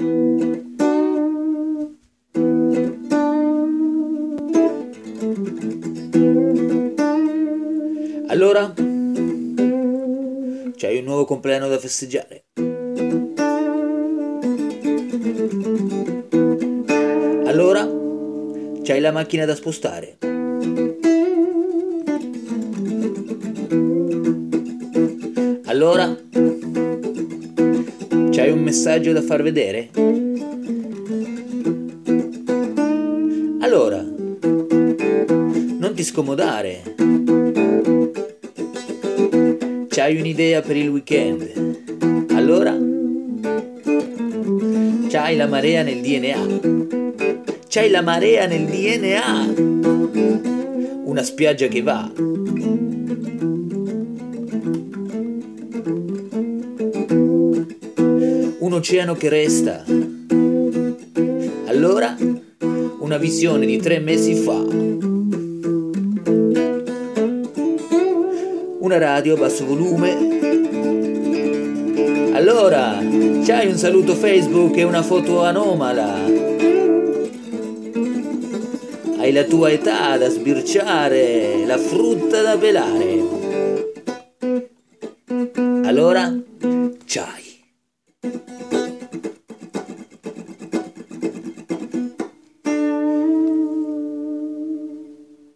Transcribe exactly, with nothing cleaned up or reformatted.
Allora, c'hai un nuovo compleanno da festeggiare. Allora, c'hai la macchina da spostare. Allora, c'hai un messaggio da far vedere? Allora, non ti scomodare. C'hai un'idea per il weekend? Allora, c'hai la marea nel D N A. C'hai la marea nel D N A. Una spiaggia che va. Un oceano che resta. Allora, una visione di tre mesi fa. Una radio a basso volume. Allora, c'hai un saluto Facebook e una foto anomala. Hai la tua età da sbirciare, la frutta da pelare. Allora?